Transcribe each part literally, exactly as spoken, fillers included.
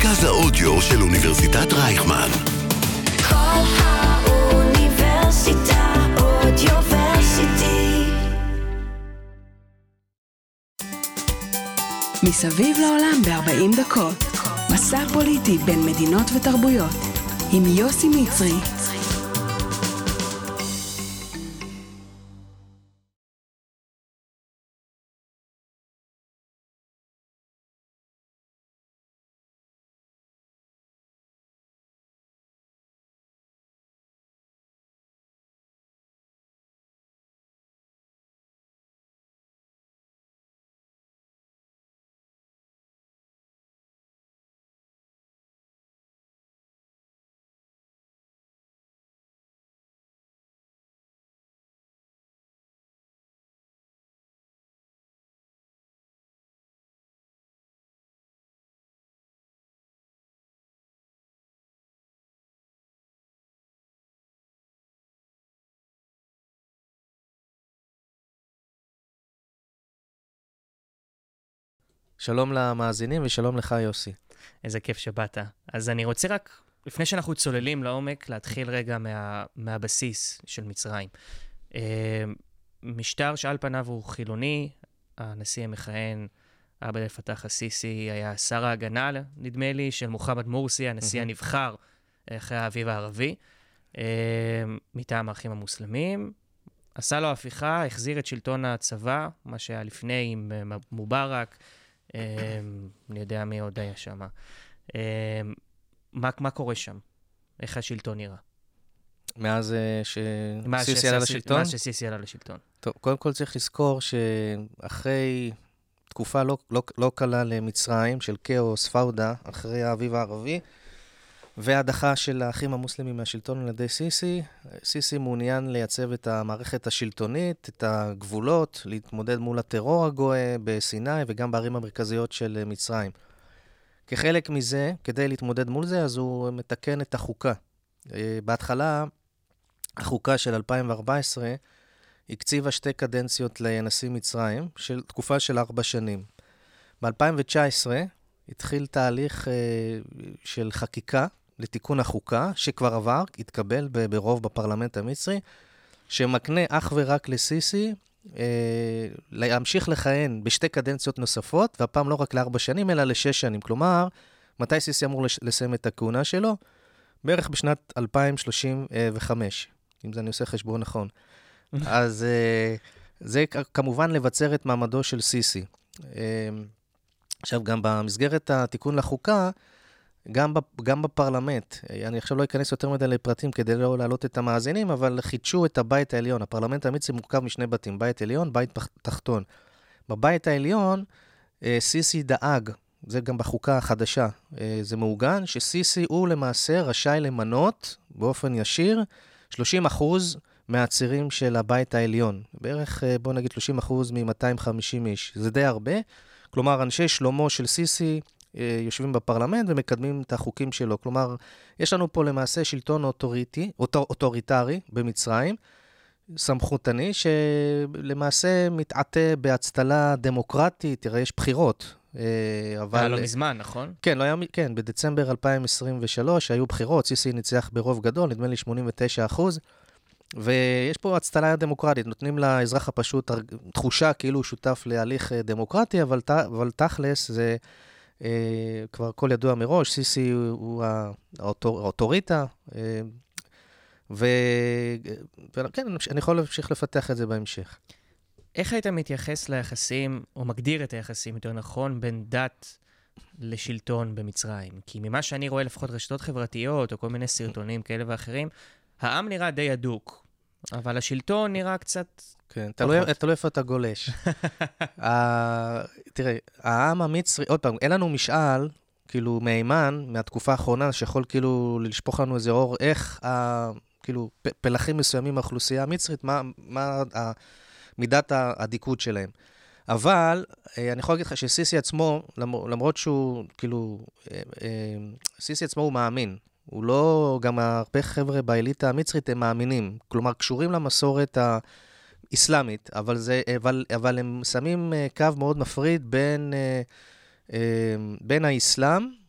מרכז האודיו של אוניברסיטת רייכמן. כל האוניברסיטה אודיוורסיטי. מסביב לעולם ב-ארבעים דקות. מסע פוליטי בין מדינות ותרבויות. עם יוסי מצרי. שלום למאזינים ושלום לך יוסי. איזה כיף שבאת. אז אני רוצה רק, לפני שאנחנו צוללים לעומק, להתחיל רגע מה, מהבסיס של מצרים. משטר שעל פניו הוא חילוני, הנשיא המכהן, עבד אל פתאח א-סיסי, היה שר ההגנה, נדמה לי, של מוחמד מורסי, הנשיא הנבחר אחרי האביב הערבי, מטעם האחים המוסלמים. עשה לו הפיכה, החזיר את שלטון הצבא, מה שהיה לפני עם מובארק, אני יודע מי עוד היה שם. מה, מה קורה שם? איך השלטון נראה? מאז שסיסי עלה לשלטון? מאז שסיסי עלה לשלטון. טוב, קודם כל צריך לזכור שאחרי תקופה לא, לא, לא קלה למצרים, של כאוס, פאודה, אחרי האביב הערבי, והדחה של האחים המוסלמים מהשלטון על ידי סיסי, סיסי מעוניין לייצב את המערכת השלטונית, את הגבולות, להתמודד מול הטרור הגואה בסיני וגם בערים המרכזיות של מצרים. כחלק מזה, כדי להתמודד מול זה, אז הוא מתקן את החוקה. בהתחלה, החוקה של אלפיים וארבע עשרה הקציבה שתי קדנציות לנשיא מצרים, של תקופה של ארבע שנים. ב-אלפיים תשע עשרה התחיל תהליך של חקיקה, לתיקון החוקה, שכבר עבר, התקבל ברוב בפרלמנט המצרי, שמקנה אך ורק לסיסי אה, להמשיך לכהן בשתי קדנציות נוספות, והפעם לא רק לארבע שנים, אלא לשש שנים. כלומר, מתי סיסי אמור לסיים את הכהונה שלו? בערך בשנת אלפיים שלושים וחמש, אם זה אני עושה חשבון נכון. אז אה, זה כמובן לבצר את מעמדו של סיסי. אה, עכשיו, גם במסגרת התיקון לחוקה, גם, גם בפרלמנט, אני עכשיו לא אכנס יותר מדי לפרטים כדי לא להעלות את המאזינים, אבל חידשו את הבית העליון. הפרלמנט המצרי מורכב משני בתים, בית עליון, בית תחתון. בבית העליון, סיסי דאג, זה גם בחוקה החדשה, זה מעוגן, שסיסי הוא למעשה רשאי למנות באופן ישיר שלושים אחוז מהצירים של הבית העליון. בערך, בוא נגיד, שלושים אחוז מ-מאתיים וחמישים איש. זה די הרבה. כלומר, אנשי שלומו של סיסי יושבים בפרלמנט ומקדמים את החוקים שלו. כלומר, יש לנו פה למעשה שלטון אוטוריטי, אוטור, אוטוריטרי במצרים, סמכותני, שלמעשה מתעטה בהצטלה דמוקרטית. תראה, יש בחירות. אבל... היה לא מזמן, נכון? כן, לא היה, כן, בדצמבר אלפיים עשרים ושלוש היו בחירות, סיסי ניצח ברוב גדול, נדמה לי שמונים ותשעה אחוז, ויש פה הצטלה דמוקרטית, נותנים לאזרח הפשוט תחושה כאילו הוא שותף להליך דמוקרטי, אבל, אבל תכלס זה אה, כבר כל ידוע מראש, סיסי הוא האוטור, האוטוריטה, אה, וכן, אני יכול להמשיך לפתח את זה בהמשך. איך היית מתייחס ליחסים, או מגדיר את היחסים יותר נכון, בין דת לשלטון במצרים? כי ממה שאני רואה לפחות רשתות חברתיות, או כל מיני סרטונים כאלה ואחרים, העם נראה די הדוק, אבל השלטון נראה קצת... כן, תלוי איפה אתה גולש. תראה, העם המצרי, עוד פעם, אין לנו משאל, כאילו, מהימן, מהתקופה האחרונה, שיכול כאילו לשפוך לנו איזה אור, איך, כאילו, פלחים מסוימים מהאוכלוסייה המצרית, מה מידת הדיקות שלהם. אבל, אני יכול להגיד לך שסיסי עצמו, למרות שהוא, כאילו, סיסי עצמו הוא מאמין, הוא לא, גם הרבה חבר'ה באליטה המצרית הם מאמינים, כלומר, קשורים למסורת האסלאמית, אבל, זה, אבל, אבל הם שמים קו מאוד מפריד בין, בין האסלאם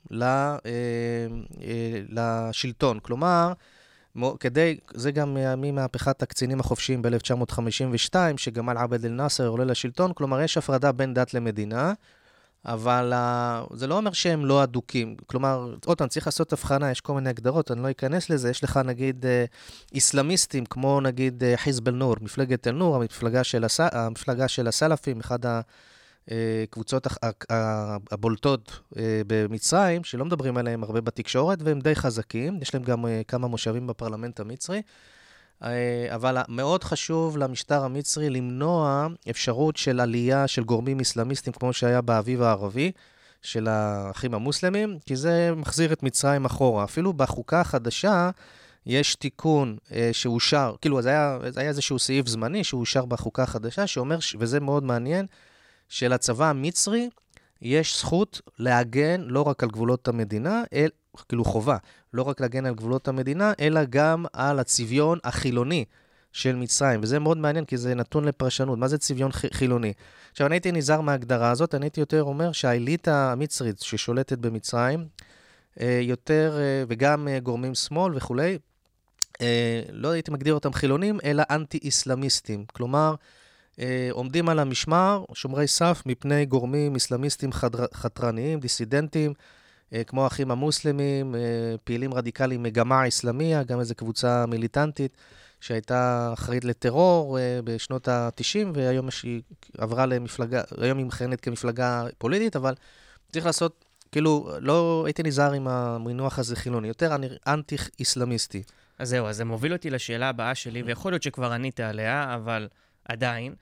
לשלטון. כלומר, כדי, זה גם ממהפכת הקצינים החופשיים ב-אלף תשע מאות חמישים ושתיים, שגמל עבד אל-נאצר עולה לשלטון, כלומר, יש הפרדה בין דת למדינה, אבל uh, זה לא אומר שהם לא אדוקים. כלומר, עוד פעם, צריך לעשות הבחנה, יש כל מיני הגדרות, אני לא אכנס לזה, יש לך נגיד uh, איסלאמיסטים, כמו נגיד uh, חיזב אל-נור, מפלגת אל-נור, המפלגה של, הס... המפלגה של הסלפים, אחד הקבוצות הבולטות uh, במצרים, שלא מדברים עליהם הרבה בתקשורת, והם די חזקים, יש להם גם uh, כמה מושבים בפרלמנט המצרי, אבל מאוד חשוב למשטר המצרי למנוע אפשרות של עלייה של גורמים אסלאמיסטים, כמו שהיה באביב הערבי, של האחים המוסלמים, כי זה מחזיר את מצרים אחורה. אפילו בחוקה החדשה יש תיקון אה, שאושר, כאילו זה היה, זה היה איזשהו סעיף זמני שאושר בחוקה החדשה, שאומר, וזה מאוד מעניין, שלצבא המצרי יש זכות להגן לא רק על גבולות המדינה, אל, כאילו חובה, לא רק להגן על גבולות המדינה, אלא גם על הצביון החילוני של מצרים. וזה מאוד מעניין, כי זה נתון לפרשנות. מה זה צביון חילוני? עכשיו, אני הייתי נזהר מההגדרה הזאת, אני הייתי יותר אומר שהאליטה המצרית ששולטת במצרים, יותר, וגם גורמים שמאל וכולי, לא הייתי מגדיר אותם חילונים, אלא אנטי-איסלאמיסטים. כלומר, עומדים על המשמר, שומרי סף, מפני גורמים איסלאמיסטים חדר, חתרניים, דיסידנטים, כמו האחים המוסלמים, פעילים רדיקליים מגמה אסלאמיה, גם איזו קבוצה מיליטנטית שהייתה אחראית לטרור בשנות ה-תשעים, והיום היא עברה למפלגה, היום היא מכהנת כמפלגה פוליטית, אבל צריך לעשות, כאילו, לא הייתי נזהר עם המינוח הזה חילוני, יותר אנטי-איסלאמיסטי. אז זהו, אז זה מוביל אותי לשאלה הבאה שלי, ויכול להיות שכבר ענית עליה, אבל עדיין.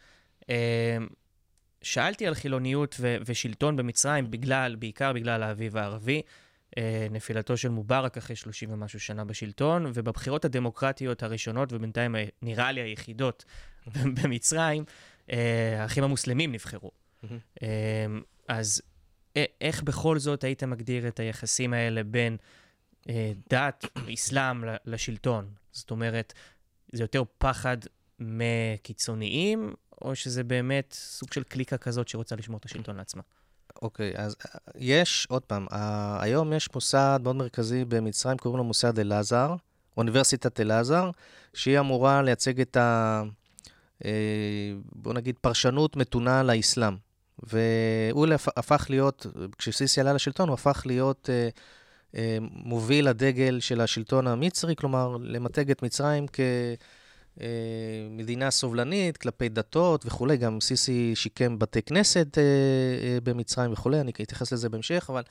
שאלתי על חילוניות ו- ושלטון במצרים, בגלל, בעיקר בגלל האביב הערבי, נפילתו של מובארק אחרי שלושים ומשהו שנה בשלטון, ובבחירות הדמוקרטיות הראשונות, ובינתיים נראה לי היחידות במצרים, האחים המוסלמים נבחרו. אז איך בכל זאת היית מגדיר את היחסים האלה בין דת, אסלאם לשלטון? זאת אומרת, זה יותר פחד מקיצוניים, או שזה באמת סוג של קליקה כזאת שרוצה לשמור את השלטון לעצמה? אוקיי, אז יש, עוד פעם, היום יש מוסד מאוד מרכזי במצרים, קוראים לו מוסד אל-אזהר, אוניברסיטת אל-אזהר, שהיא אמורה לייצג את ה... בוא נגיד, פרשנות מתונה לאסלאם. והוא הפך להיות, כשסיסי עלה לשלטון, הוא הפך להיות מוביל הדגל של השלטון המצרי, כלומר, למתג את מצרים כ... מדינה סובלנית, כלפי דתות וכולי, גם סיסי שיקם בתי כנסת במצרים וכולי, אני אתייחס לזה בהמשך, אבל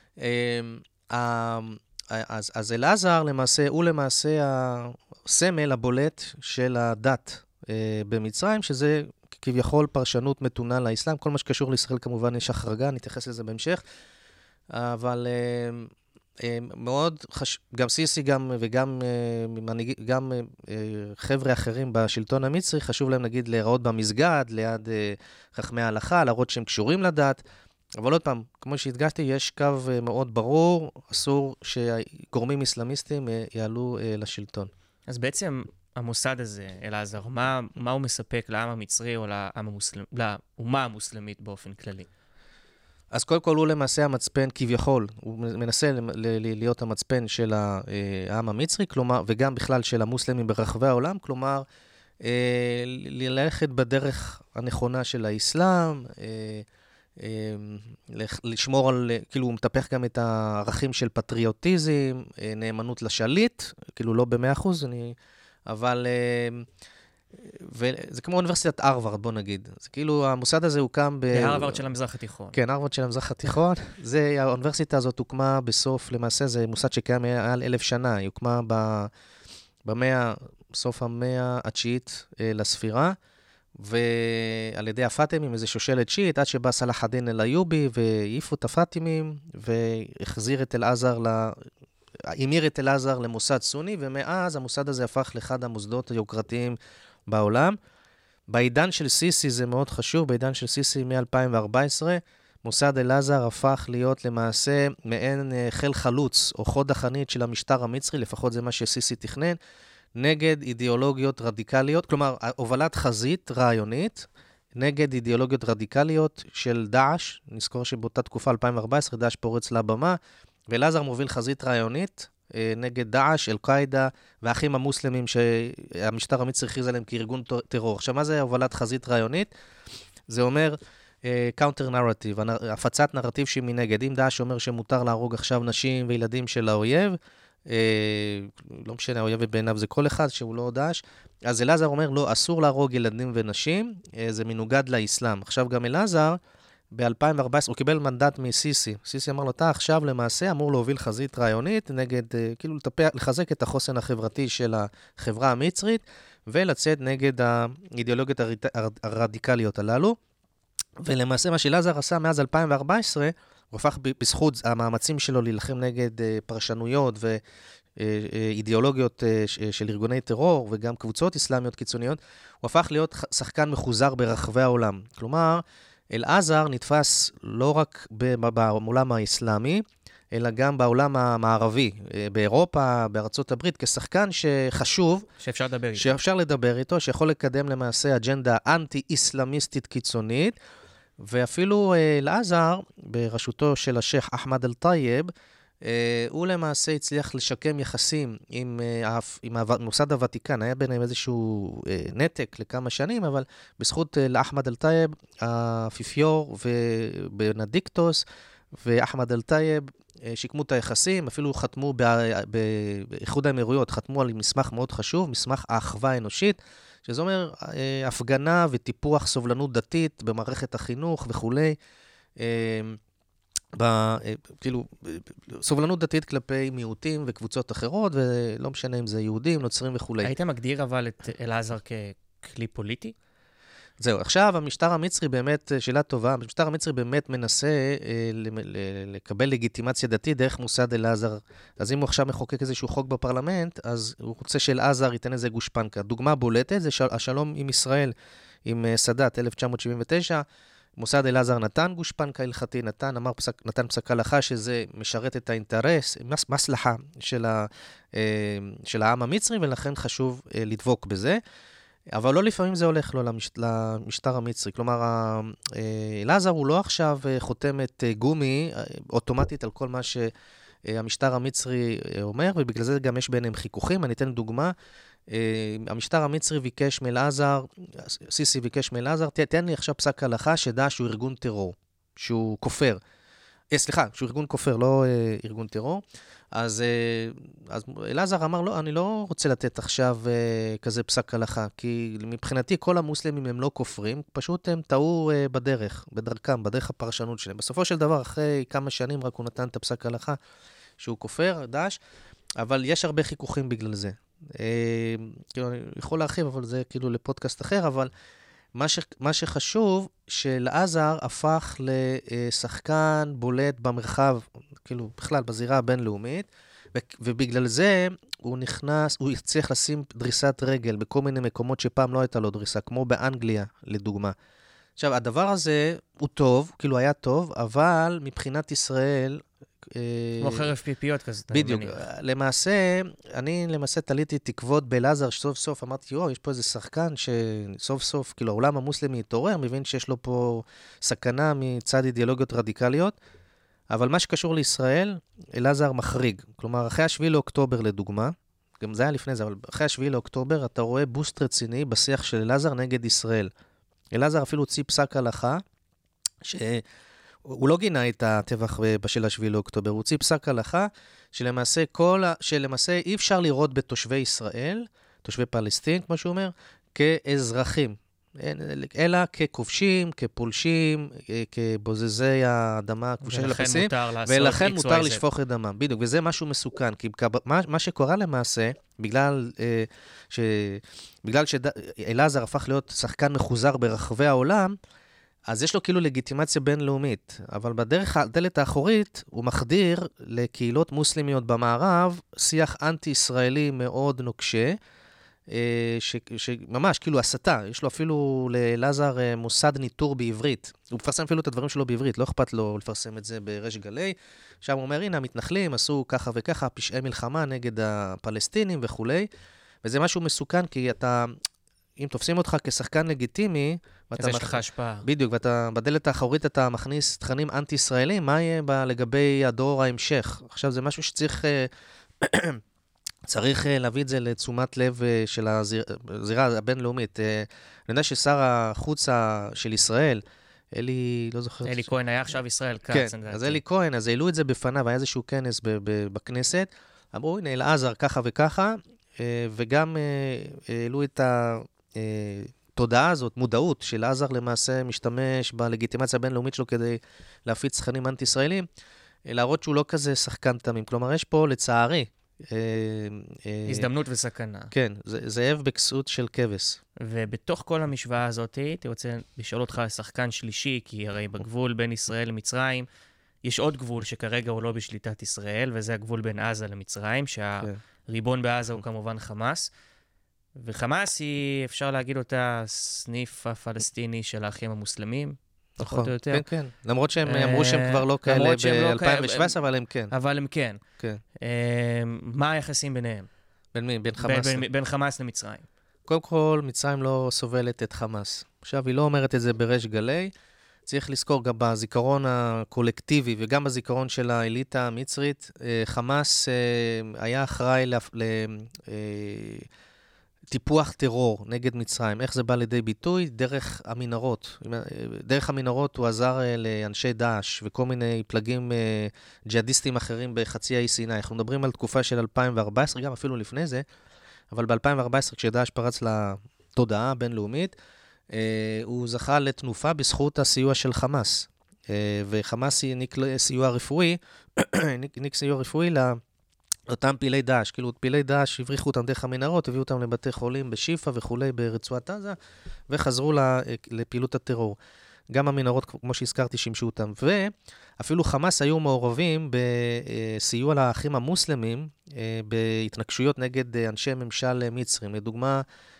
אז, אז אל-אזהר למעשה, הוא למעשה הסמל הבולט של הדת במצרים, שזה כביכול פרשנות מתונה לאסלאם, כל מה שקשור לישראל כמובן יש החרגה, אני אתייחס לזה בהמשך, אבל... מאוד חש... גם סיסי גם, וגם גם חבר'ה אחרים בשלטון המצרי, חשוב להם נגיד להיראות במסגד, ליד חכמי ההלכה, להראות שהם קשורים לדת, אבל עוד פעם, כמו שהדגשתי, יש קו מאוד ברור, אסור שגורמים אסלאמיסטים יעלו לשלטון. אז בעצם המוסד הזה, אל-אזהר, מה, מה הוא מספק לעם המצרי או לעם המוסלמ... לאומה המוסלמית באופן כללי? אז קודם כל הוא למעשה המצפן כביכול, הוא מנסה להיות המצפן של העם המצרי, כלומר, וגם בכלל של המוסלמים ברחבי העולם, כלומר, ללכת בדרך הנכונה של האסלאם, לשמור על, כאילו הוא מטפח גם את הערכים של פטריוטיזם, נאמנות לשליט, כאילו לא במאה אחוז, אני, אבל... וזה כמו אוניברסיטת הרווארד, בוא נגיד. זה כאילו, המוסד הזה הוקם ב... הרווארד של המזרח התיכון. כן, הרווארד של המזרח התיכון. זה, האוניברסיטה הזאת הוקמה בסוף, למעשה זה מוסד שקיים מעל אלף שנה. היא הוקמה במאה, סוף המאה התשיעית לספירה, ועל ידי הפאטימים, איזו שושלת שיעית, עד שבא סלאח א-דין אל-איובי, והעיפו את הפאטימים, והחזיר את אל-אזהר ל... המיר את אל-אזהר למוסד סוני, ומאז המוסד הזה הפך לאחד המוסדות היוקרתיים בעולם. בעידן של סיסי זה מאוד חשוב, בעידן של סיסי מ-אלפיים וארבע עשרה, מוסד אל-אזהר הפך להיות למעשה מעין חיל חלוץ, או חוד החנית של המשטר המצרי, לפחות זה מה שסיסי תכנן, נגד אידיאולוגיות רדיקליות, כלומר, הובלת חזית רעיונית, נגד אידיאולוגיות רדיקליות של דאעש, נזכור שבאותה תקופה, אלפיים וארבע עשרה, דאעש פורץ לבמה, ואלעזר מוביל חזית רעיונית נגד דאעש, אל-קאעידה והאחים המוסלמים שהמשטר המצרי הכריז עליהם כארגון טרור. עכשיו, מה זה הובלת חזית רעיונית? זה אומר קאונטר נרטיב, הפצת נרטיב שמנגד. אם דאעש אומר שמותר להרוג עכשיו נשים וילדים של האויב, לא משנה, האויב בעיניו זה כל אחד שהוא לא דאעש, אז אלעזר אומר, לא, אסור להרוג ילדים ונשים, זה מנוגד לאסלאם. עכשיו גם אלעזר, ב-אלפיים וארבע עשרה, הוא קיבל מנדט מסיסי. סיסי אמר לו, אתה עכשיו למעשה אמור להוביל חזית רעיונית, נגד, כאילו לטפח, לחזק את החוסן החברתי של החברה המצרית, ולצאת נגד האידיאולוגיות הרדיקליות הללו. ולמעשה מה שאלעזר עשה מאז אלפיים וארבע עשרה, הוא הפך בזכות המאמצים שלו להילחם נגד פרשנויות ואידיאולוגיות של ארגוני טרור, וגם קבוצות אסלאמיות קיצוניות, הוא הפך להיות שחקן מחוזר ברחבי העולם. כלומר, אלעזר נתפס לא רק בעולם האסלאמי, אלא גם בעולם המערבי, באירופה, בארצות הברית, כשחקן שחשוב, שאפשר לדבר איתו. שאפשר לדבר איתו, שיכול לקדם למעשה אג'נדה אנטי-אסלאמיסטית קיצונית, ואפילו אלעזר, בראשותו של השייח אחמד אל-טייב, הוא למעשה הצליח לשקם יחסים עם, עם מוסד הוותיקן. היה ביניהם איזשהו נתק לכמה שנים, אבל בזכות לאחמד אל-טייב, האפיפיור ובנדיקטוס ואחמד אל-טייב שיקמו את היחסים, אפילו חתמו באיחוד האמירויות, חתמו על מסמך מאוד חשוב, מסמך האחווה האנושית, שזה אומר הפגנה וטיפוח סובלנות דתית במערכת החינוך וכולי. ב, כאילו, סובלנות דתית כלפי מיעוטים וקבוצות אחרות, ולא משנה אם זה יהודים, נוצרים וכולי. היית מגדיר אבל את אלעזר ככלי פוליטי? זהו, עכשיו המשטר המצרי באמת, שאלה טובה, המשטר המצרי באמת מנסה אה, לקבל לגיטימציה דתית דרך מוסד אלעזר. אז אם הוא עכשיו מחוקק איזשהו חוק בפרלמנט, אז הוא רוצה שאלעזר ייתן איזה גושפנקה. דוגמה בולטת זה של, השלום עם ישראל, עם uh, סאדאת, אלף תשע מאות שבעים ותשע, מוסד אלעזר נתן גושפנקה הלכתי, נתן, אמר פסק, נתן פסק הלכה שזה משרת את האינטרס, מס, מסלחה של, ה, אה, של העם המצרי, ולכן חשוב אה, לדבוק בזה. אבל לא לפעמים זה הולך לו למש... למשטר המצרי. כלומר, אלעזר הוא לא עכשיו חותמת גומי אוטומטית על כל מה שהמשטר המצרי אומר, ובגלל זה גם יש ביניהם חיכוכים. אני אתן דוגמה. המשטר המצרי ביקש מאלעזר, סיסי ביקש מאלעזר, תן לי עכשיו פסק הלכה שדע שהוא ארגון טרור, שהוא כופר. סליחה, שהוא ארגון כופר, לא ארגון טרור. אז, אז אלעזר אמר, לא, אני לא רוצה לתת עכשיו כזה פסק הלכה, כי מבחינתי כל המוסלמים הם לא כופרים, פשוט הם טעו בדרך, בדרכם, בדרך הפרשנות שלהם. בסופו של דבר, אחרי כמה שנים רק הוא נתן את הפסק הלכה שהוא כופר, דאעש, אבל יש הרבה חיכוכים בגלל זה. כאילו, אני יכול להרחיב, אבל זה כאילו לפודקאסט אחר, אבל מה, ש, מה שחשוב, שאלעזר הפך לשחקן בולט במרחב, כאילו בכלל בזירה הבינלאומית, ו, ובגלל זה הוא נכנס, הוא צריך לשים דריסת רגל בכל מיני מקומות שפעם לא הייתה לו דריסה, כמו באנגליה, לדוגמה. עכשיו, הדבר הזה הוא טוב, כאילו היה טוב, אבל מבחינת ישראל, כמו חרב פיפיות כזה. בדיוק. למעשה, אני למעשה תליתי תקוות באלעזר, שסוף סוף אמרתי, יו, יש פה איזה שחקן שסוף סוף, כאילו העולם המוסלמי התעורר, מבין שיש לו פה סכנה מצד אידיאולוגיות רדיקליות, אבל מה שקשור לישראל, אלעזר מחריג. כלומר, אחרי השביעי לאוקטובר לדוגמה, גם זה היה לפני זה, אבל אחרי השביעי לאוקטובר, אתה רואה בוסט רציני בשיח של אלעזר נגד ישראל. אלעזר אפילו הוציא פסק הלכה, ש... הוא לא גינה את הטבח בשל השביעי לאוקטובר, הוא הוציא פסק הלכה שלמעשה, כל, שלמעשה אי אפשר לראות בתושבי ישראל, תושבי פלסטין, כמו שהוא אומר, כאזרחים, אלא ככובשים, כפולשים, כבוזזי האדמה הכבושה של הפלסטינים, ולכן מותר לשפוך את דמם. בדיוק, וזה משהו מסוכן, כי מה, מה שקורה למעשה, בגלל, ש, בגלל שאלעזר הפך להיות שחקן מחוזר ברחבי העולם, אז יש לו כאילו לגיטימציה בינלאומית, אבל בדרך הדלת האחורית הוא מחדיר לקהילות מוסלמיות במערב שיח אנטי-ישראלי מאוד נוקשה, ש, שממש כאילו הסתה, יש לו אפילו לאלעזר מוסד ניטור בעברית, הוא מפרסם אפילו את הדברים שלו בעברית, לא אכפת לו לפרסם את זה ברש גלי, שם הוא אומר, הנה המתנחלים עשו ככה וככה, פשעי מלחמה נגד הפלסטינים וכו', וזה משהו מסוכן כי אתה... אם תופסים אותך כשחקן לגיטימי, אז יש לך השפעה. בדיוק, ואתה בדלת האחורית אתה מכניס תכנים אנטי-ישראלים, מה יהיה ב- לגבי הדור ההמשך? עכשיו, זה משהו שצריך אה, צריך אה, להביא את זה לתשומת לב אה, של הזיר- הזירה הבינלאומית. אה, אני יודע ששר החוץ ה- של ישראל, אלי, לא זוכר... אלי כהן היה עכשיו ישראל כץ. כן, אני יודעת. אז אלי כהן, אז העלו את זה בפניו, היה איזשהו כנס ב- ב- בכנסת, אמרו, הנה, אלעזר ככה וככה, אה, וגם אה, העלו את התודעה הזאת, מודעות, שאלעזר למעשה משתמש בלגיטימציה הבינלאומית שלו כדי להפיץ תכנים אנטי-ישראלים, אה, להראות שהוא לא כזה שחקן תמים. כלומר, יש פה, לצערי, אה, אה, הזדמנות וסכנה. כן, זה- זאב בכסות של כבש. ובתוך כל המשוואה הזאת, הייתי רוצה לשאול אותך על שחקן שלישי, כי הרי בגבול בין ישראל למצרים, יש עוד גבול שכרגע הוא לא בשליטת ישראל, וזה הגבול בין עזה למצרים, שהריבון בעזה הוא כמובן חמאס. וחמאס היא, אפשר להגיד אותה, סניף הפלסטיני של האחים המוסלמים, פחות או יותר. כן, כן. למרות שהם אה, אמרו שהם כבר לא כאלה למרות שהם לא ב-אלפיים שבע עשרה, כאלה, אבל הם כן. אבל הם כן. כן. אה, מה היחסים ביניהם? בין מי? בין בין- חמאס? בין- בין חמאס למצרים. קודם כל, מצרים לא סובלת את חמאס. עכשיו, היא לא אומרת את זה בריש גלי. צריך לזכור גם בזיכרון הקולקטיבי וגם בזיכרון של האליטה המצרית, אה, חמאס אה, היה אחראי לטיפוח טרור נגד מצרים. איך זה בא לידי ביטוי? דרך המנהרות. דרך המנהרות הוא עזר אה, לאנשי דאעש וכל מיני פלגים אה, ג'יהאדיסטים אחרים בחצי האי סיני. אנחנו מדברים על תקופה של אלפיים וארבע עשרה, גם אפילו לפני זה, אבל ב-אלפיים וארבע עשרה, כשדאעש פרץ לתודעה הבינלאומית, Uh, הוא זכה לתנופה בזכות הסיוע של חמאס. Uh, וחמאס העניק סיוע רפואי, העניק סיוע רפואי לאותם פעילי דאעש. כאילו, פעילי דאעש הבריחו אותם דרך המנהרות, הביאו אותם לבתי חולים בשיפה וכולי ברצועת עזה, וחזרו לפעילות הטרור. גם המנהרות, כמו שהזכרתי, שימשו אותם. ואפילו חמאס היו מעורבים בסיוע לאחים המוסלמים, uh, בהתנגשויות נגד אנשי ממשל מצרים. לדוגמה,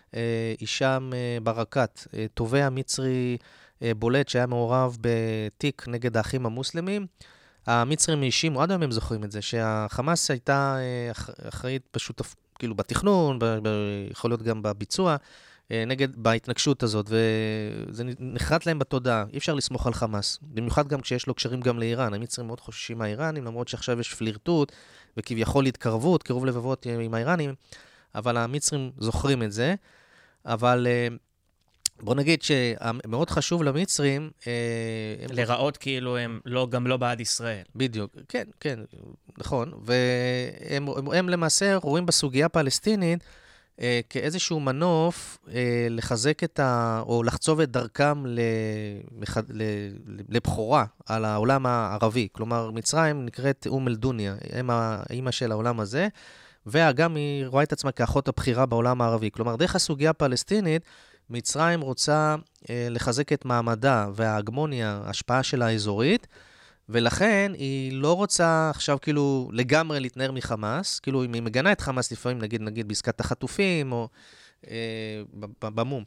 אישם ברקת, תובע מצרי בולט שהיה מעורב בתיק נגד האחים המוסלמים. המצרים האשימו, עד היום הם זוכרים את זה, שהחמאס הייתה אחראית פשוט, כאילו בתכנון, ב- ב- יכול להיות גם בביצוע, נגד, בהתנגשות הזאת, וזה נחרט להם בתודעה. אי אפשר לסמוך על חמאס, במיוחד גם כשיש לו קשרים גם לאיראן. המצרים מאוד חוששים מהאיראנים, למרות שעכשיו יש פלירטוט, וכביכול התקרבות, קירוב לבבות עם האיראנים, אבל המצרים זוכרים את זה. אבל בוא נגיד שמאוד חשוב למצרים... לראות כאילו הם לא, גם לא בעד ישראל. בדיוק, כן, כן, נכון. והם הם, הם למעשה רואים בסוגיה הפלסטינית אה, כאיזשהו מנוף אה, לחזק את ה... או לחצוב את דרכם למח, ל, לבחורה על העולם הערבי. כלומר, מצרים נקראת אום אל-דוניה, הם האמא של העולם הזה, וגם היא רואה את עצמה כאחות הבחירה בעולם הערבי. כלומר, דרך הסוגיה הפלסטינית, מצרים רוצה אה, לחזק את מעמדה וההגמוניה, ההשפעה שלה האזורית, ולכן היא לא רוצה עכשיו כאילו לגמרי להתנער מחמאס, כאילו אם היא מגנה את חמאס לפעמים, נגיד, נגיד בעסקת החטופים, או אה, במום,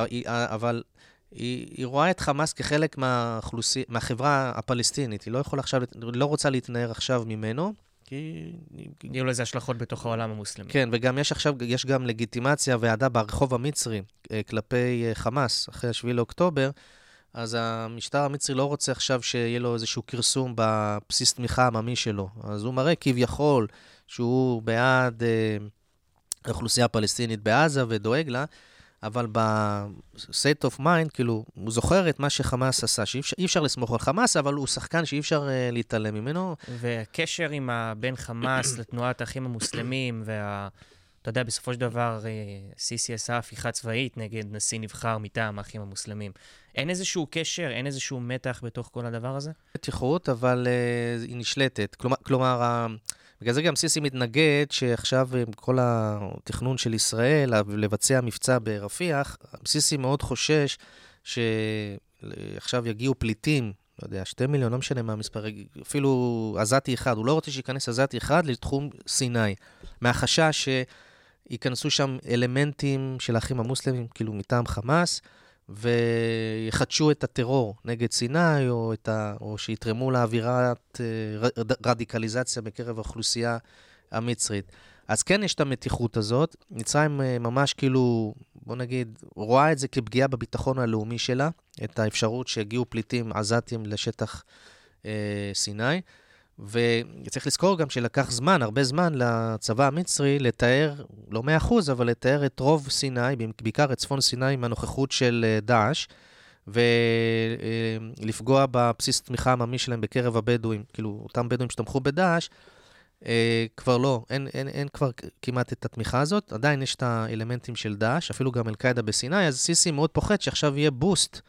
אבל היא, היא רואה את חמאס כחלק מהחלוסי, מהחברה הפלסטינית, היא לא יכולה עכשיו, לא רוצה להתנער עכשיו ממנו, כי... יהיו לזה השלכות בתוך העולם המוסלמי. כן, וגם יש עכשיו, יש גם לגיטימציה ועדה ברחוב המצרי כלפי חמאס, אחרי השביעי לאוקטובר, אז המשטר המצרי לא רוצה עכשיו שיהיה לו איזשהו קרסום בבסיס תמיכה העממי שלו. אז הוא מראה כביכול שהוא בעד אה, האוכלוסייה הפלסטינית בעזה ודואג לה, אבל ב-state of mind, כאילו, הוא זוכר את מה שחמאס עשה, שאי אפשר, אפשר לסמוך על חמאס, אבל הוא שחקן שאי אפשר uh, להתעלם ממנו. והקשר עם בין חמאס לתנועת האחים המוסלמים, וה... אתה יודע, בסופו של דבר, סיסי עשה הפיכה צבאית נגד נשיא נבחר מטעם האחים המוסלמים. אין איזשהו קשר, אין איזשהו מתח בתוך כל הדבר הזה? מתיחות, אבל uh, היא נשלטת. כלומר, כלומר uh, בגלל זה גם סיסי מתנגד שעכשיו כל התכנון של ישראל לבצע מבצע ברפיח, סיסי מאוד חושש שעכשיו יגיעו פליטים, לא יודע, שתי מיליון, לא משנה מה המספר, אפילו עזתי אחד, הוא לא רוצה שיכנס עזתי אחד לתחום סיני, מהחשש שיכנסו שם אלמנטים של האחים המוסלמים, כאילו מטעם חמאס, ויחדשו את הטרור נגד סיני, או, ה... או שיתרמו לאווירת רדיקליזציה בקרב האוכלוסייה המצרית. אז כן יש את המתיחות הזאת, מצרים ממש כאילו בוא נגיד, רואה את זה כפגיעה בביטחון הלאומי שלה, את האפשרות שהגיעו פליטים עזתים לשטח אה, סיני, וצריך לזכור גם שלקח זמן, הרבה זמן לצבא המצרי לתאר, לא מאה אחוז, אבל לתאר את רוב סיני, בעיקר את צפון סיני עם הנוכחות של דאעש, ולפגוע בבסיס תמיכה העממי שלהם בקרב הבדואים, כאילו אותם בדואים שתמכו בדאעש, כבר לא, אין, אין, אין כבר כמעט את התמיכה הזאת, עדיין יש את האלמנטים של דאעש, אפילו גם אל-קאידה בסיני, אז סיסי מאוד פוחד שעכשיו יהיה בוסט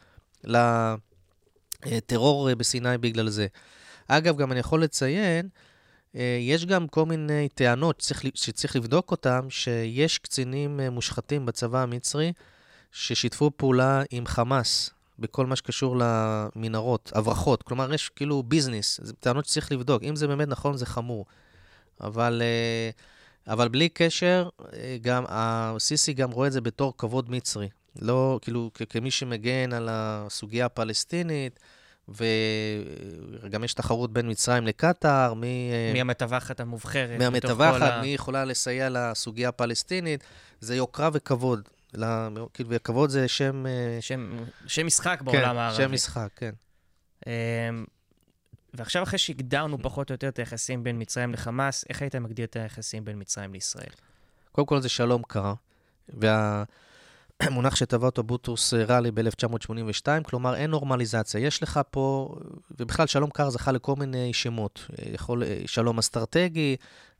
לטרור בסיני בגלל זה. אגב, גם אני יכול לציין, יש גם כל מיני טענות שצריך, שצריך לבדוק אותם, שיש קצינים מושחתים בצבא המצרי, ששיתפו פעולה עם חמאס, בכל מה שקשור למנהרות, הברחות, כלומר יש כאילו ביזנס, זה טענות שצריך לבדוק, אם זה באמת נכון זה חמור, אבל, אבל בלי קשר, גם, הסיסי גם רואה את זה בתור כבוד מצרי, לא כאילו כמי שמגן על הסוגיה הפלסטינית, וגם יש תחרות בין מצרים לקטר, מי... מי המתווכת המובחרת. מי המתווכת, מי יכולה לסייע לסוגיה הפלסטינית, זה יוקרה וכבוד. כאילו, וכבוד זה שם... שם, שם משחק בעולם הערבי. כן, שם משחק, כן. ועכשיו אחרי שהגדרנו פחות או יותר את היחסים בין מצרים לחמאס, איך היית מגדיר את היחסים בין מצרים לישראל? קודם כל זה שלום קר, והמונח שטבע אותו בוטרוס ראלי ב-אלף תשע מאות שמונים ושתיים, כלומר אין נורמליזציה. יש לך פה, ובכלל שלום קר זכה לכל מיני שמות, יכול, שלום אסטרטגי,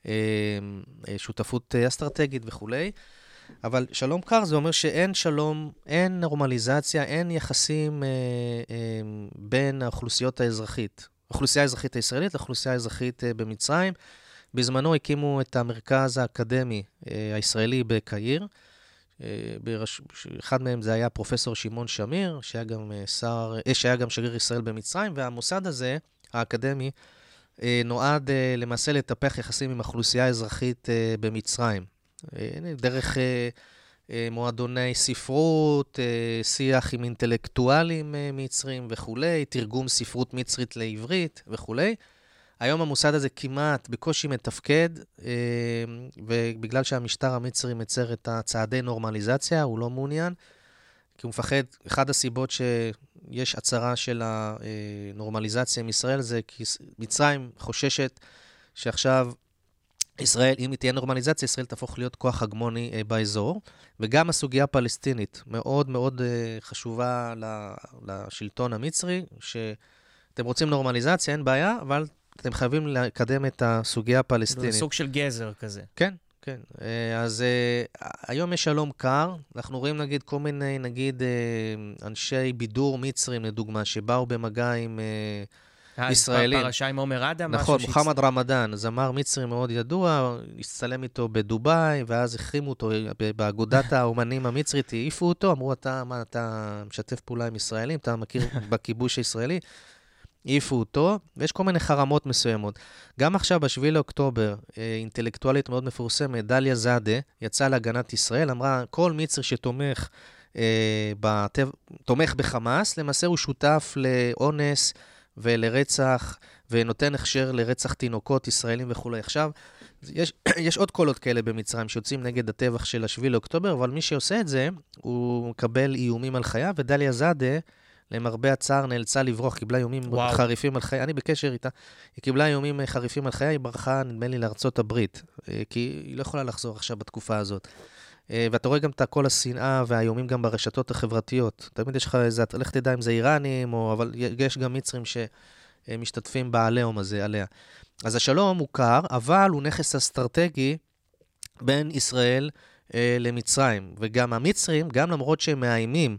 שותפות אסטרטגית וכולי, אבל שלום קר זה אומר שאין שלום, אין נורמליזציה, אין יחסים אה, אה, בין האוכלוסיות האזרחית, האוכלוסייה האזרחית הישראלית לאוכלוסייה האזרחית אה, במצרים. בזמנו הקימו את המרכז האקדמי אה, הישראלי בקהיר, אה, ברש... אחד מהם זה היה פרופסור שמעון שמיר, שהיה גם, אה, שר... אה, שהיה גם שגריר ישראל במצרים, והמוסד הזה, האקדמי, אה, נועד אה, למעשה לטפח יחסים עם האוכלוסייה האזרחית אה, במצרים. דרך אה, אה, מועדוני ספרות, אה, שיח עם אינטלקטואלים אה, מצרים וכולי, תרגום ספרות מצרית לעברית וכולי. היום המוסד הזה כמעט בקושי מתפקד, אה, ובגלל שהמשטר המצרי מצר את הצעדי נורמליזציה, הוא לא מעוניין, כי הוא מפחד, אחד הסיבות שיש הצהרה של הנורמליזציה עם ישראל, זה כי מצרים חוששת שעכשיו, ישראל, אם היא תהיה נורמליזציה, ישראל תהפוך להיות כוח הגמוני אה, באזור, וגם הסוגיה הפלסטינית מאוד מאוד אה, חשובה לשלטון המצרי, שאתם רוצים נורמליזציה, אין בעיה, אבל אתם חייבים לקדם את הסוגיה הפלסטינית. זה סוג של גזר כזה. כן, כן. אה, אז אה, היום יש שלום קר, אנחנו רואים נגיד כל מיני, נגיד, אה, אנשי בידור מצרים, לדוגמה, שבאו במגע עם... אה, ישראלים. פרשה עם עומר אדם. נכון, מוחמד רמדאן, זמר מצרי מאוד ידוע, הצטלם איתו בדובאי, ואז החרימו אותו, באגודת האומנים המצרית, העיפו אותו, אמרו, אתה, מה, אתה משתף פעולה עם ישראלים, אתה מכיר בכיבוש הישראלי, העיפו אותו, ויש כל מיני חרמות מסוימות. גם עכשיו, בשביעי לאוקטובר, אינטלקטואלית מאוד מפורסמת, דליה זאדה, יצאה להגנת ישראל, אמרה, כל מצרי שתומך בטבע, תומך בחמאס, למעשה הוא שותף לאונס, ולרצח, ונותן הכשר לרצח תינוקות ישראלים וכו'. עכשיו, יש, יש עוד קולות כאלה במצרים שיוצאים נגד הטבח של השביעי לאוקטובר, אבל מי שעושה את זה, הוא מקבל איומים על חייו, ודליה זאדה, למרבה הצער, נאלצה לברוח, קיבלה איומים וואו. חריפים על חיי, אני בקשר איתה, היא קיבלה איומים חריפים על חיי, היא ברחה, נדמה לי, לארצות הברית, כי היא לא יכולה לחזור עכשיו בתקופה הזאת. ואתה רואה גם את כל השנאה והאיומים גם ברשתות החברתיות. תמיד יש לך איזה, לך תדע אם זה איראנים, או, אבל יש גם מצרים שמשתתפים בעליהום הזה, עליה. אז השלום הוא קר, אבל הוא נכס אסטרטגי בין ישראל אה, למצרים. וגם המצרים, גם למרות שהם מאיימים,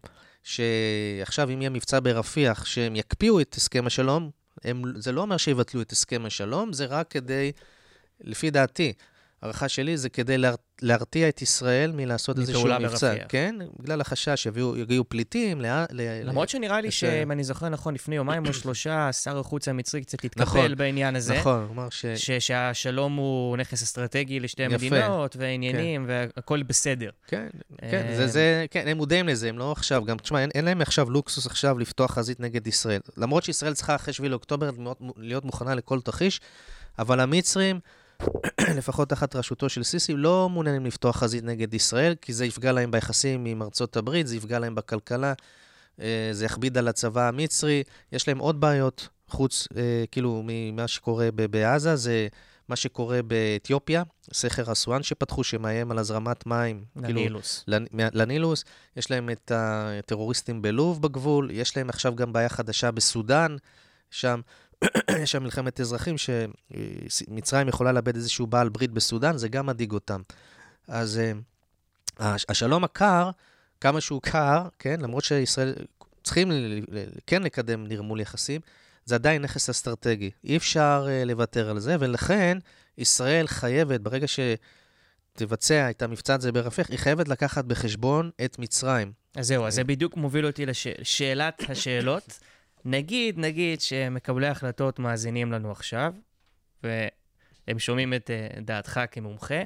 שעכשיו אם יהיה מבצע ברפיח, שהם יקפיאו את הסכם השלום, הם, זה לא אומר שיבטלו את הסכם השלום, זה רק כדי, לפי דעתי, הערכה שלי זה כדי לה, להרתיע את ישראל מלעשות איזשהו מבצע. כן, בגלל החשש שיגיעו פליטים. לה, למרות ל... שנראה לי שאם אני זוכר נכון, לפני יומיים או שלושה, שר החוץ המצרי קצת התקפל נכון, בעניין הזה. נכון, אומר ש... ש... שהשלום הוא נכס אסטרטגי לשתי יפה. מדינות ועניינים, כן. והכל בסדר. כן, כן, זה, זה, כן, הם מודעים לזה, הם לא עכשיו, גם, תשמע, אין, אין להם עכשיו לוקסוס עכשיו לפתוח חזית נגד ישראל. למרות שישראל צריכה אחרי שביעי לאוקטובר להיות מוכנה לכל תרחיש, אבל המצרים לפחות תחת ראשותו של סיסי, לא מעוניינים לפתוח חזית נגד ישראל, כי זה יפגע להם ביחסים עם ארצות הברית, זה יפגע להם בכלכלה, זה יכביד על הצבא המצרי, יש להם עוד בעיות חוץ, כאילו, ממה שקורה בעזה, זה מה שקורה באתיופיה, סכר אסואן שפתחו, שמאיים על הזרמת מים. לנילוס. כאילו, לנילוס, יש להם את הטרוריסטים בלוב בגבול, יש להם עכשיו גם בעיה חדשה בסודן, שם יש שם מלחמת אזרחים שמצרים יכולה לאבד איזשהו בעל ברית בסודן, זה גם מדאיג אותם. אז השלום הקר, כמה שהוא קר, כן, למרות שישראל צריכים כן לקדם נרמול יחסים, זה עדיין נכס אסטרטגי. אי אפשר לוותר על זה, ולכן ישראל חייבת, ברגע שתבצע את המבצע הזה ברפיח, היא חייבת לקחת בחשבון את מצרים. אז זהו, אז זה בדיוק מוביל אותי לשאלת השאלות. נגיד, נגיד שמקבלי ההחלטות מאזינים לנו עכשיו, והם שומעים את דעתך כמומחה,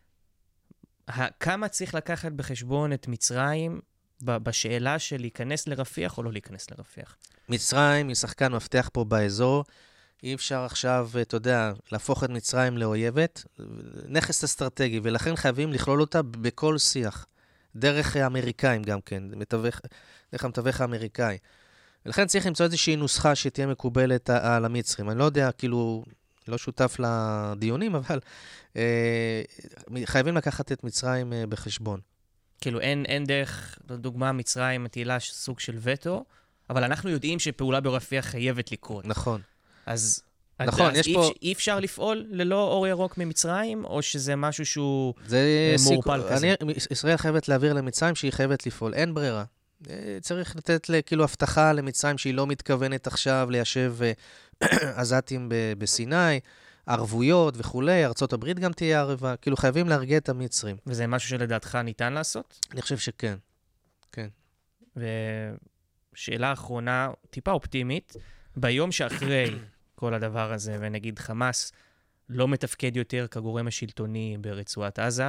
כמה צריך לקחת בחשבון את מצרים בשאלה של להיכנס לרפיח או לא להיכנס לרפיח? מצרים היא שחקן מפתח פה באזור, אי אפשר עכשיו, אתה יודע, להפוך את מצרים לאויבת, נכס אסטרטגי, ולכן חייבים לכלול אותה בכל שיח, דרך האמריקאים גם כן, מתווך, דרך המתווך האמריקאי. ולכן צריך למצוא איזושהי נוסחה שתהיה מקובלת על המצרים. אני לא יודע, כאילו, לא שותף לדיונים, אבל אה, חייבים לקחת את מצרים אה, בחשבון. כאילו, אין, אין דרך, לדוגמה, מצרים מטילה סוג של וטו, אבל אנחנו יודעים שפעולה ברפיח חייבת לקרות. נכון. אז, נכון, אז יש אי, פה... אי אפשר לפעול ללא אור ירוק ממצרים, או שזה משהו שהוא זה מורפל סיכ... כזה? אני, ישראל חייבת להעביר למצרים שהיא חייבת לפעול. אין ברירה. צריך לתת כאילו הבטחה למצרים שהיא לא מתכוונת עכשיו ליישב עזתים בסיני, ערבויות וכולי, ארצות הברית גם תהיה ערבה, כאילו חייבים להרגיע את המצרים. וזה משהו שלדעתך ניתן לעשות? אני חושב שכן, כן. ושאלה אחרונה, טיפה אופטימית, ביום שאחרי כל הדבר הזה, ונגיד חמאס לא מתפקד יותר כגורם השלטוני ברצועת עזה,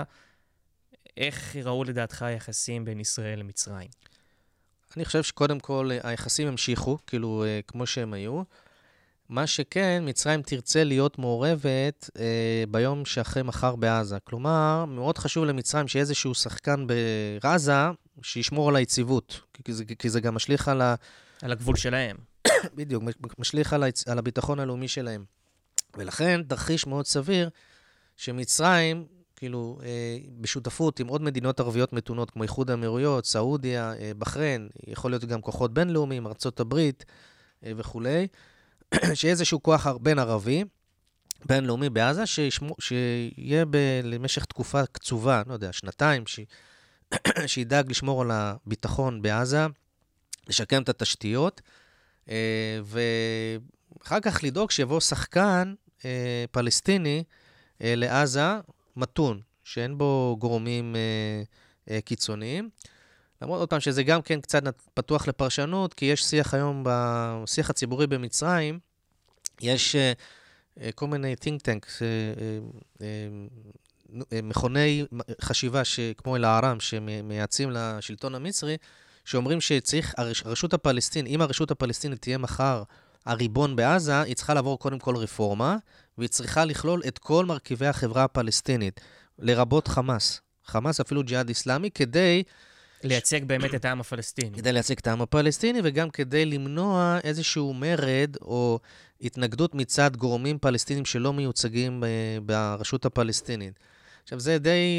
איך יראו לדעתך היחסים בין ישראל למצרים? אני חושב שקודם כל היחסים המשיכו, כאילו כמו שהם היו. מה שכן, מצרים תרצה להיות מעורבת אה, ביום שאחרי מחר בעזה. כלומר, מאוד חשוב למצרים שיהיה איזשהו שחקן בעזה שישמור על היציבות, כי זה, כי זה גם משליך על ה... על הגבול שלהם. בדיוק, משליך על, היצ... על הביטחון הלאומי שלהם. ולכן תרחיש מאוד סביר שמצרים... כאילו, אה, בשותפות עם עוד מדינות ערביות מתונות, כמו איחוד האמירויות, סעודיה, אה, בחריין, יכול להיות גם כוחות בינלאומיים, ארצות הברית אה, וכולי, שיהיה איזשהו כוח בין ערבי, בינלאומי בעזה, שישמו, שיהיה ב, למשך תקופה קצובה, לא יודע, שנתיים, ש, שידאג לשמור על הביטחון בעזה, לשקם את התשתיות, אה, ואחר כך לדאוג שיבוא שחקן אה, פלסטיני אה, לעזה, מתון, שאין בו גורמים אה, אה, קיצוניים. למרות עוד פעם שזה גם כן קצת פתוח לפרשנות, כי יש שיח היום, בשיח הציבורי במצרים, יש אה, אה, כל מיני think tanks, אה, אה, אה, מכוני חשיבה כמו אל-ערם, שמייעצים לשלטון המצרי, שאומרים שצריך, הרשות הפלסטינית, אם הרשות הפלסטינית תהיה מחר הריבון בעזה, היא צריכה לעבור קודם כל רפורמה, והיא צריכה לכלול את כל מרכיבי החברה הפלסטינית, לרבות חמאס. חמאס אפילו ג'יהאד איסלאמי, כדי... לייצג באמת את העם הפלסטיני. כדי לייצג את העם הפלסטיני, וגם כדי למנוע איזשהו מרד או התנגדות מצד גורמים פלסטינים שלא מיוצגים ברשות הפלסטינית. עכשיו, זה די,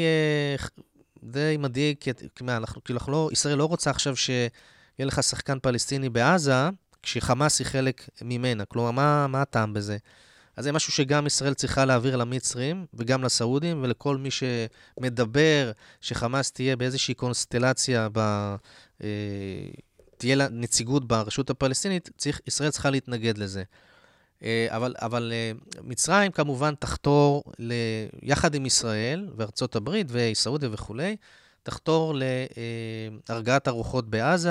די מדאיג, כי אנחנו, כי אנחנו לא, ישראל לא רוצה עכשיו שיהיה לך שחקן פלסטיני בעזה, כשחמאס היא חלק ממנה. כלומר, מה, מה הטעם בזה? אז זה משהו שגם ישראל צריכה להעביר למצרים, וגם לסעודים, ולכל מי שמדבר שחמאס תהיה באיזושהי קונסטלציה, ב, אה, תהיה לה נציגות ברשות הפלסטינית, צריך, ישראל צריכה להתנגד לזה. אה, אבל, אבל אה, מצרים כמובן תחתור, ל, יחד עם ישראל, וארצות הברית, וסעודיה וכו', תחתור להרגעת הרוחות בעזה,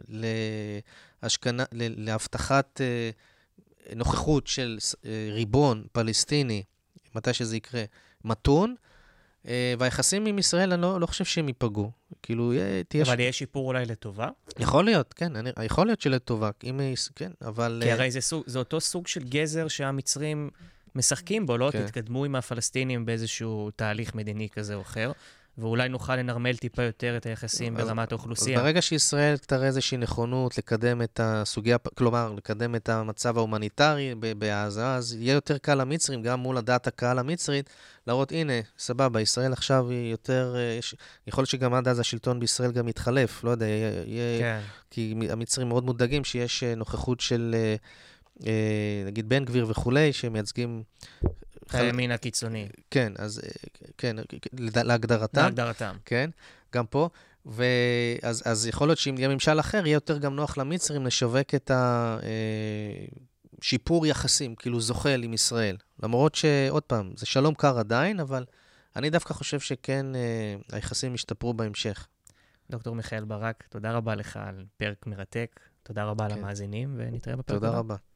להשכנה, להבטחת... אה, נוכחות של ריבון פלסטיני, מתי שזה יקרה, מתון, והיחסים עם ישראל, אני לא, לא חושב שהם ייפגעו. כאילו, תהיה... אבל יש שיפור אולי לטובה? יכול להיות, כן, אני, יכול להיות שלטובה, אם, כן, אבל... כי הרי זה, סוג, זה אותו סוג של גזר שהמצרים משחקים בו, לא? כן. תתקדמו עם הפלסטינים באיזשהו תהליך מדיני כזה או אחר, ואולי נוכל לנרמל טיפה יותר את היחסים אז- ברמת האוכלוסייה. אז ברגע שישראל תראה איזושהי נכונות לקדם את הסוגיה, כלומר, לקדם את המצב ההומניטרי ב- בעזה, אז יהיה יותר קל למצרים, גם מול הדעת הקהל המצרית, להראות, הנה, סבבה, ישראל עכשיו היא יותר, אה, יש, יכול להיות שגם עד אז השלטון בישראל גם יתחלף, לא יודע, יהיה, יהיה, כן. כי המצרים מאוד מודאגים שיש אה, נוכחות של, אה, אה, נגיד, בן גביר וכולי, שמייצגים... הימין הקיצוני. כן, אז, אה, כן, לד- להגדרתם. להגדרתם. כן, גם פה. ואז אז יכול להיות שאם יהיה ממשל אחר, יהיה יותר גם נוח למצרים לשווק את השיפור יחסים, כאילו זוחל עם ישראל. למרות שעוד פעם, זה שלום קר עדיין, אבל אני דווקא חושב שכן, אה, היחסים ישתפרו בהמשך. דוקטור מיכאל ברק, תודה רבה לך על פרק מרתק. תודה רבה כן. למאזינים, ונתראה בפרק הבא. תודה רבה.